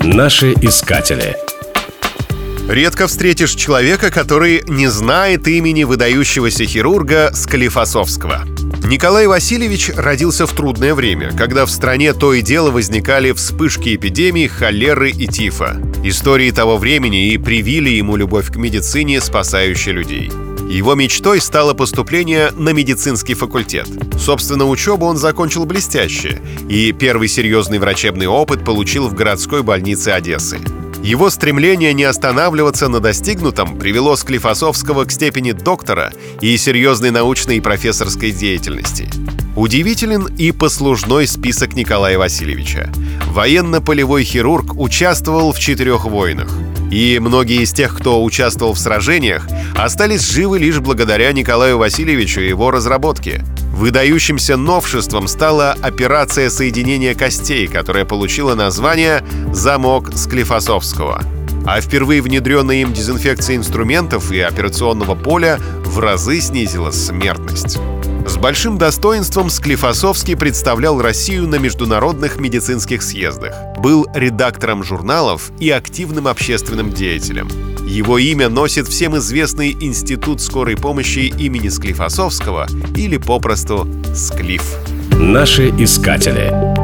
Наши искатели. Редко встретишь человека, который не знает имени выдающегося хирурга Склифосовского. Николай Васильевич родился в трудное время, когда в стране то и дело возникали вспышки эпидемий холеры и тифа. Истории того времени и привили ему любовь к медицине, спасающей людей. Его мечтой стало поступление на медицинский факультет. Собственно, учебу он закончил блестяще, и первый серьезный врачебный опыт получил в городской больнице Одессы. Его стремление не останавливаться на достигнутом привело Склифосовского к степени доктора и серьезной научной и профессорской деятельности. Удивителен и послужной список Николая Васильевича. Военно-полевой хирург участвовал в 4 войнах. И многие из тех, кто участвовал в сражениях, остались живы лишь благодаря Николаю Васильевичу и его разработке. Выдающимся новшеством стала операция соединения костей, которая получила название «Замок Склифосовского». А впервые внедренная им дезинфекция инструментов и операционного поля в разы снизила смертность. С большим достоинством Склифосовский представлял Россию на международных медицинских съездах, был редактором журналов и активным общественным деятелем. Его имя носит всем известный Институт скорой помощи имени Склифосовского или попросту Склиф. Наши искатели.